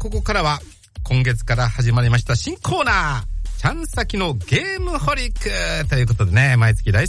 ここからは今月から始まりました新コーナー、ちゃんさきのゲームホリックということでね、毎月第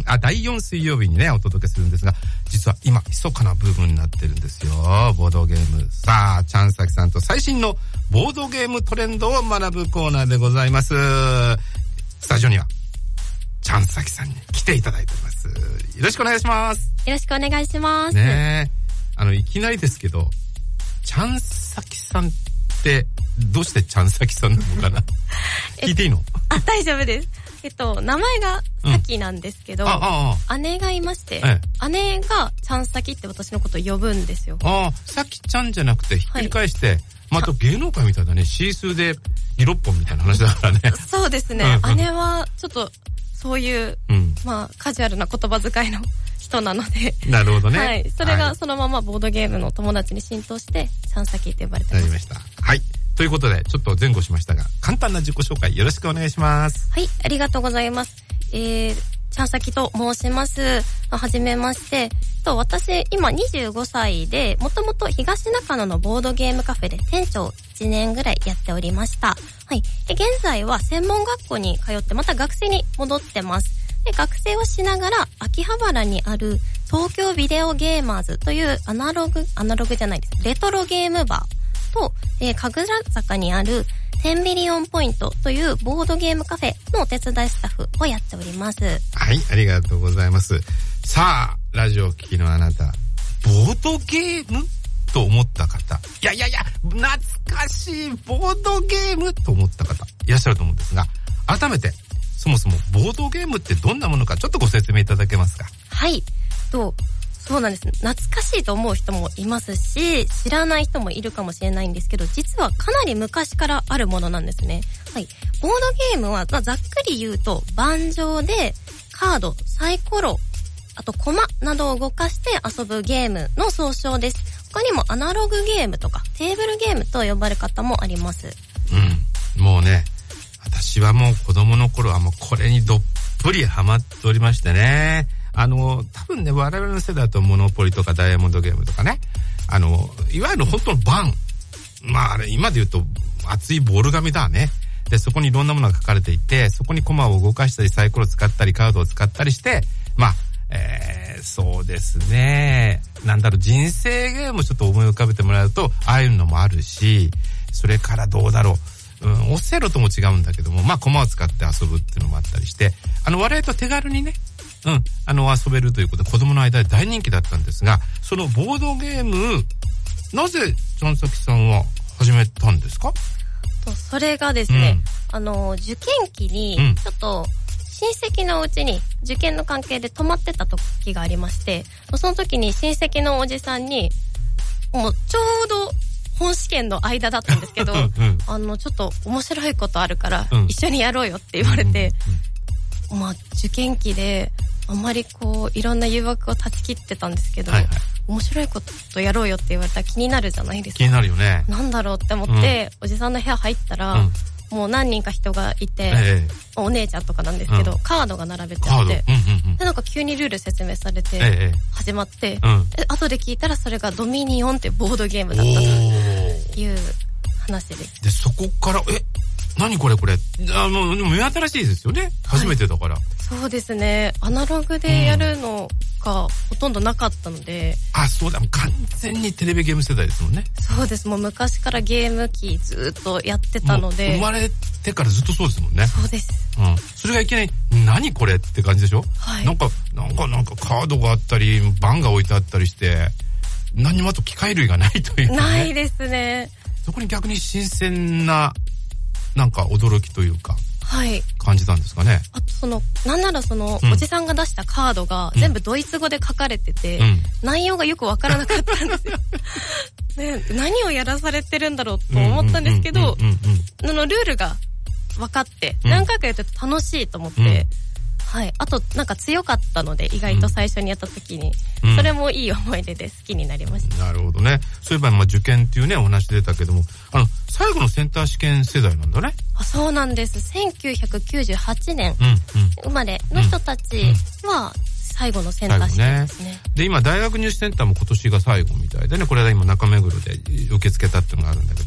4水曜日にねお届けするんですが、実は今密かなブームになってるんですよ、ボードゲーム。さあ、ちゃんさきさんと最新のボードゲームトレンドを学ぶコーナーでございます。スタジオにはちゃんさきさんに来ていただいております。よろしくお願いします。 よろしくお願いします。 ねえ、いきなりですけど、ちゃんさきさんってどうしてちゃんさきさんなのかな聞いていいの？ 大丈夫です。名前がさきなんですけど、姉がいまして、姉がちゃんさきって私のことを呼ぶんですよ。 さきちゃんじゃなくてひっくり返して、また芸能界みたいだね。シースーでギロッポンみたいな話だからね。 そうですね。姉はちょっとそういう、カジュアルな言葉遣いの人なので。なるほどね。 はい。それがそのままボードゲームの友達に浸透して、ちゃんさきって呼ばれてます。 なりました。はい。ということで、ちょっと前後しましたが、簡単な自己紹介よろしくお願いします。 はい、ありがとうございます。ちゃんさきと申します。はじめまして。私、今25歳で、もともと東中野のボードゲームカフェで店長1年ぐらいやっておりました。はい。で、現在は専門学校に通って、また学生に戻ってます。で、学生をしながら、秋葉原にある東京ビデオゲーマーズというアナログじゃないです。レトロゲームバー。と、神楽坂にある10ビリオンポイントというボードゲームカフェのお手伝いスタッフをやっております。 はい、ありがとうございます。さあ、ラジオを聞きのあなた、ボードゲームと思った方、いや、懐かしいボードゲームと思った方、いらっしゃると思うんですが、改めて、そもそもボードゲームってどんなものかちょっとご説明いただけますか？ はい。そうなんです。懐かしいと思う人もいますし、知らない人もいるかもしれないんですけど、実はかなり昔からあるものなんですね。はい。ボードゲームは、ざっくり言うと、盤上でカード、サイコロ、あとコマなどを動かして遊ぶゲームの総称です。他にもアナログゲームとかテーブルゲームと呼ばれる方もあります。 もうね、私はもう子供の頃はもうこれにどっぷりハマっておりましてね。多分ね、我々の世代だとモノポリとかダイヤモンドゲームとかね、いわゆる本当の盤。あれ、今で言うと厚いボール紙だね。で、そこにいろんなものが書かれていて、そこにコマを動かしたり、サイコロを使ったり、カードを使ったりして、そうですね。人生ゲームをちょっと思い浮かべてもらうと、ああいうのもあるし、それからどうだろう。オセロとも違うんだけども、コマを使って遊ぶっていうのもあったりして、我々と手軽にね、遊べるということで子供の間で大人気だったんですが、そのボードゲーム、なぜちゃんさきさんは始めたんですか？ それがですね、受験期にちょっと親戚のうちに受験の関係で泊まってた時がありまして、その時に親戚のおじさんに、もうちょうど本試験の間だったんですけど、ちょっと面白いことあるから一緒にやろうよって言われて、受験期であんまりいろんな誘惑を断ち切ってたんですけど、面白いことやろうよって言われたら気になるじゃないですか。 気になるよね。 なんだろうって思って、おじさんの部屋入ったら、もう何人か人がいて、お姉ちゃんとかなんですけど、カードが並べてあって、で、急にルール説明されて、始まって、後で聞いたらそれがドミニオンってボードゲームだったという話です。 で、そこから、何これもう目新しいですよね。初めてだから。 そうですね。アナログでやるのがほとんどなかったので。 そうだ。完全にテレビゲーム世代ですもんね。 そうです。もう昔からゲーム機ずっとやってたので。 生まれてからずっとそうですもんね。 そうです。 それがいきなり、何これって感じでしょ？はい。なんかカードがあったり、盤が置いてあったりして、何にもあと機械類がないというね。 ないですね。 そこに逆に新鮮な、驚きというか、感じたんですかね。 あとなんならおじさんが出したカードが全部ドイツ語で書かれてて、内容がよくわからなかったんですよ。ね、何をやらされてるんだろうと思ったんですけど、ルールが分かって、何回かやってて楽しいと思って、あと強かったので、意外と最初にやった時に、それもいい思い出で好きになりました。 なるほどね。そういえば受験っていうねお話出たけども、最後のセンター試験世代なんだね。 そうなんです。1998年生まれの人たちは最後のセンター試験ですね。 で、今大学入試センターも今年が最後みたいでね、これは今中目黒で受け付けたっていうのがあるんだけど、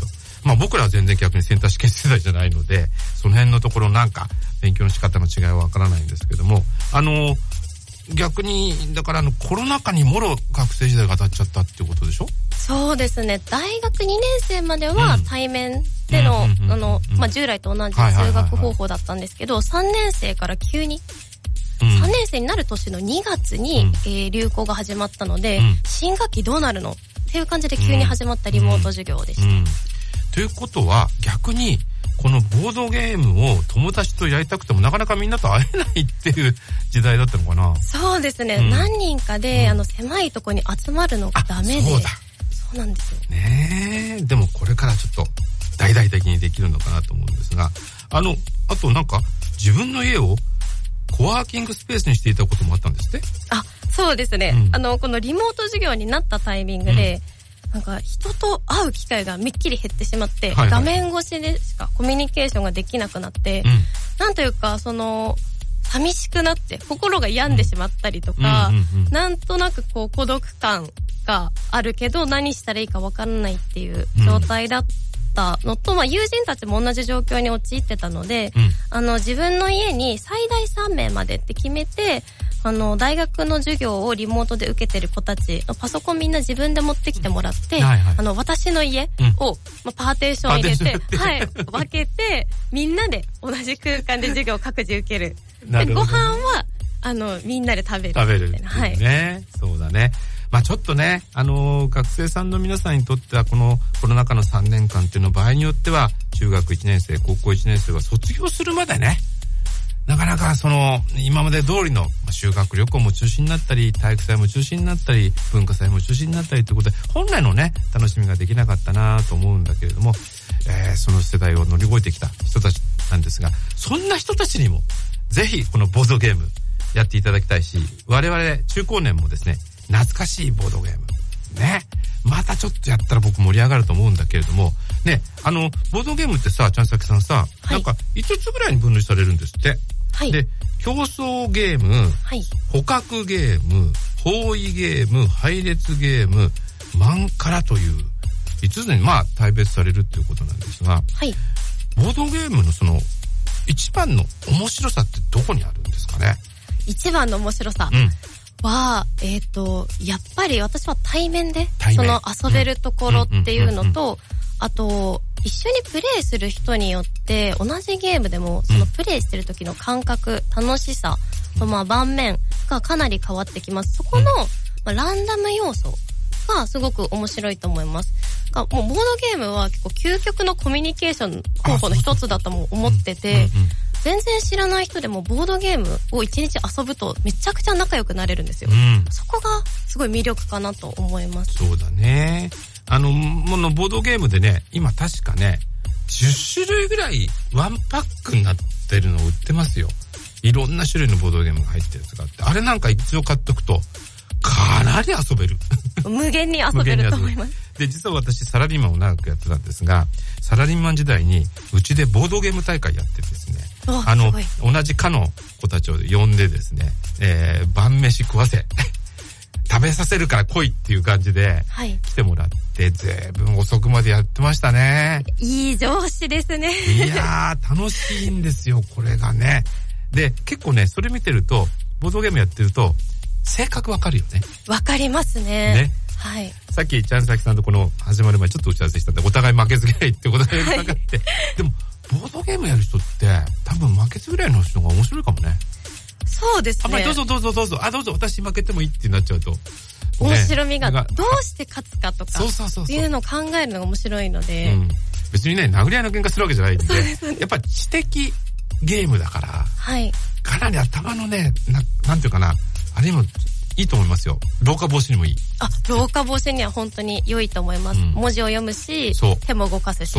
まあ僕らは全然逆にセンター試験世代じゃないので、その辺のところなんか勉強の仕方の違いはわからないんですけども、逆に、だからコロナ禍にもろ学生時代が当たっちゃったっていうことでしょ？ そうですね。大学2年生までは対面での、従来と同じ通学方法だったんですけど、3年生から急に、3年生になる年の2月に、流行が始まったので、新学期どうなるのっていう感じで急に始まったリモート授業でした。 ということは、逆に、このボードゲームを友達とやりたくてもなかなかみんなと会えないっていう時代だったのかな？ そうですね。何人かで、狭いところに集まるのがダメで。 そうだ。 そうなんですよ。 ねえ。でもこれからちょっと大々的にできるのかなと思うんですが、あとなんか自分の家をコワーキングスペースにしていたこともあったんですって？ そうですね。このリモート授業になったタイミングで、なんか人と会う機会がめっきり減ってしまって、画面越しでしかコミュニケーションができなくなって、なんというか寂しくなって心が病んでしまったりとか、なんとなく孤独感があるけど何したらいいかわからないっていう状態だったのと、友人たちも同じ状況に陥ってたので、自分の家に最大3名までって決めて、大学の授業をリモートで受けてる子たち、パソコンみんな自分で持ってきてもらって、私の家を、パーテーション入れて、分けて、みんなで同じ空間で授業を各自受ける。で、ご飯は、みんなで食べる。 食べるっていうね。そうだね。まあちょっとね、学生さんの皆さんにとってはこのコロナ禍の3年間っていうの場合によっては、中学1年生、高校1年生は卒業するまでね、なかなか今まで通りの修学旅行も中止になったり、体育祭も中止になったり、文化祭も中止になったりということで、本来のね、楽しみができなかったなと思うんだけれども、その世代を乗り越えてきた人たちなんですが、そんな人たちにも、ぜひこのボードゲームやっていただきたいし、我々中高年もですね、懐かしいボードゲーム。ね。またちょっとやったら僕盛り上がると思うんだけれども、ね、ボードゲームってさ、ちゃんさきさんさ、なんか5つぐらいに分類されるんですって。で、競争ゲーム、捕獲ゲーム、包囲ゲーム、配列ゲーム、マンカラという5つに大別されるっていうことなんですが、ボードゲームの一番の面白さってどこにあるんですかね？ 一番の面白さは、やっぱり私は対面で遊べるところっていうのと、あと一緒にプレイする人によって同じゲームでもプレイしてる時の感覚、楽しさ、盤面がかなり変わってきます。そこの、ランダム要素がすごく面白いと思います。もうボードゲームは結構究極のコミュニケーション方法の一つだとも思ってて、全然知らない人でもボードゲームを一日遊ぶとめちゃくちゃ仲良くなれるんですよ。そこがすごい魅力かなと思います。 そうだね。ボードゲームでね、今確かね、10種類ぐらいワンパックになってるのを売ってますよ。いろんな種類のボードゲームが入ってるやつがあって、あれなんか一応買っとくと、かなり遊べる。 無限に遊べると思います。 で、実は私サラリーマンを長くやってたんですが、サラリーマン時代にうちでボードゲーム大会やってですね、同じ科の子たちを呼んでですね、晩飯食わせ、食べさせるから来いっていう感じで来てもらって、ずいぶん遅くまでやってましたね。 いい上司ですね。 いやー、楽しいんですよ、これがね。で、結構ね、それ見てると、ボードゲームやってると、性格わかるよね。 わかりますね。はい。 さっきちゃんさきさんとこの始まる前ちょっと打ち合わせしたんで、お互い負けず嫌いってことが分かって、でもボードゲームやる人って多分負けず嫌いの人が面白いかもね。 そうですね。 あんまりどうぞ私負けてもいいってなっちゃうと、 面白みがどうして勝つかとかいうのを考えるのが面白いので、 別にね、殴り合いの喧嘩するわけじゃないんで、やっぱり知的ゲームだから、かなり頭のね、なんていうかな、あれもいいと思いますよ。老化防止にもいい。 老化防止には本当に良いと思います。文字を読むし、手も動かすし。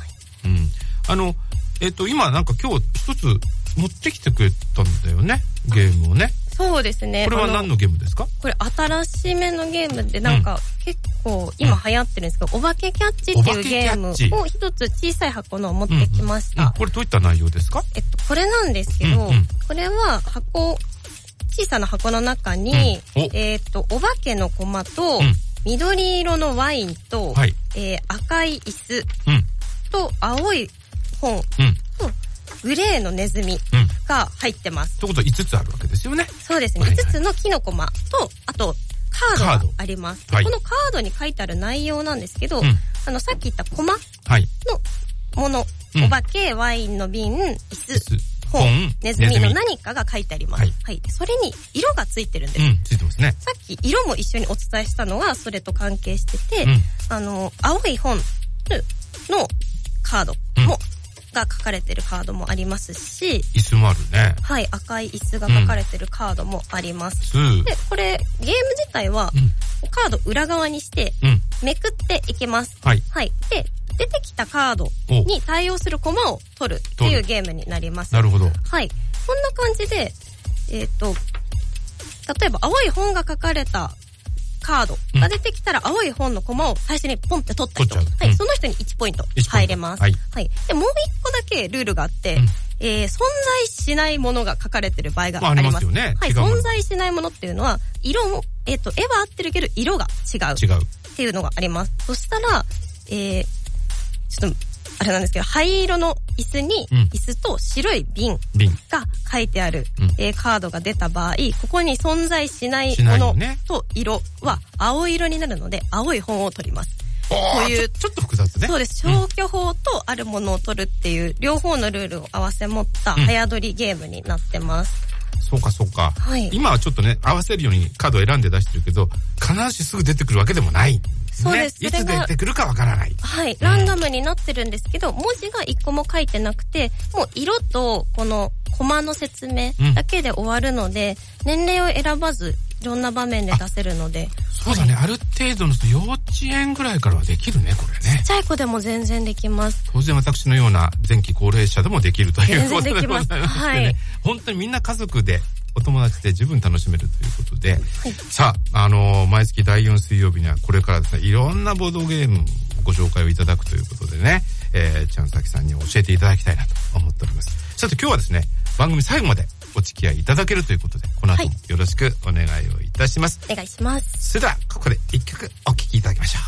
今なんか今日一つ持ってきてくれたんだよね、ゲームをね。 そうですね。 これは何のゲームですか？ これ新しめのゲームでなんか結構今流行ってるんですけど、お化けキャッチっていうゲームを一つ小さい箱のを持ってきました。 これどういった内容ですか？ これなんですけど、これは小さな箱の中に、お化けのコマと、緑色のワインと、赤い椅子と青い本とグレーのネズミが入ってます。 ということは5つあるわけですよね。 そうですね。5つの木のコマと、あと、カードがあります。このカードに書いてある内容なんですけど、さっき言ったコマのもの、お化け、ワインの瓶、椅子、本、ネズミの何かが書いてあります。はい。それに色がついてるんです。 ついてますね。 さっき色も一緒にお伝えしたのはそれと関係してて、青い本のカードも、が書かれてるカードもありますし、 椅子もあるね。 はい、赤い椅子が書かれてるカードもあります。で、これゲーム自体は、カード裏側にして、めくっていきます。はい。で、出てきたカードに対応するコマを取るっていうゲームになります。 なるほど。 はい。こんな感じで、例えば青い本が書かれたカードが出てきたら、青い本のコマを最初にポンって取った人、はい、その人に1ポイント入れます。はい。で、もう1個だけルールがあって、存在しないものが書かれてる場合があります。 よね。 はい、存在しないものっていうのは、色も、絵は合ってるけど、色が違う。っていうのがあります。そしたら、ちょっと、あれなんですけど、灰色の椅子に、椅子と白い瓶が書いてある、カードが出た場合、ここに存在しないものと色は青色になるので、青い本を取ります。 こういうちょっと複雑ね。 そうです。消去法とあるものを取るっていう、両方のルールを合わせ持った早取りゲームになってます。 そうかそうか。はい。今はちょっとね、合わせるようにカードを選んで出してるけど、必ずしすぐ出てくるわけでもない。 そうです。 いつ出てくるかわからない。 はい。ランダムになってるんですけど、文字が一個も書いてなくて、もう色とこのコマの説明だけで終わるので、年齢を選ばず、いろんな場面で出せるので。 そうだね。ある程度の幼稚園ぐらいからはできるね、これね。 ちっちゃい子でも全然できます。 当然私のような前期高齢者でもできるということでございましてね。 はい。 本当にみんな家族で、お友達で十分楽しめるということで、さあ、毎月第4水曜日にはこれからですね、いろんなボードゲームご紹介をいただくということでね、ちゃんさきさんに教えていただきたいなと思っております。さて今日はですね、番組最後までお付き合いいただけるということで、この後もよろしくお願いをいたします。 お願いします。 それではここで一曲お聴きいただきましょう。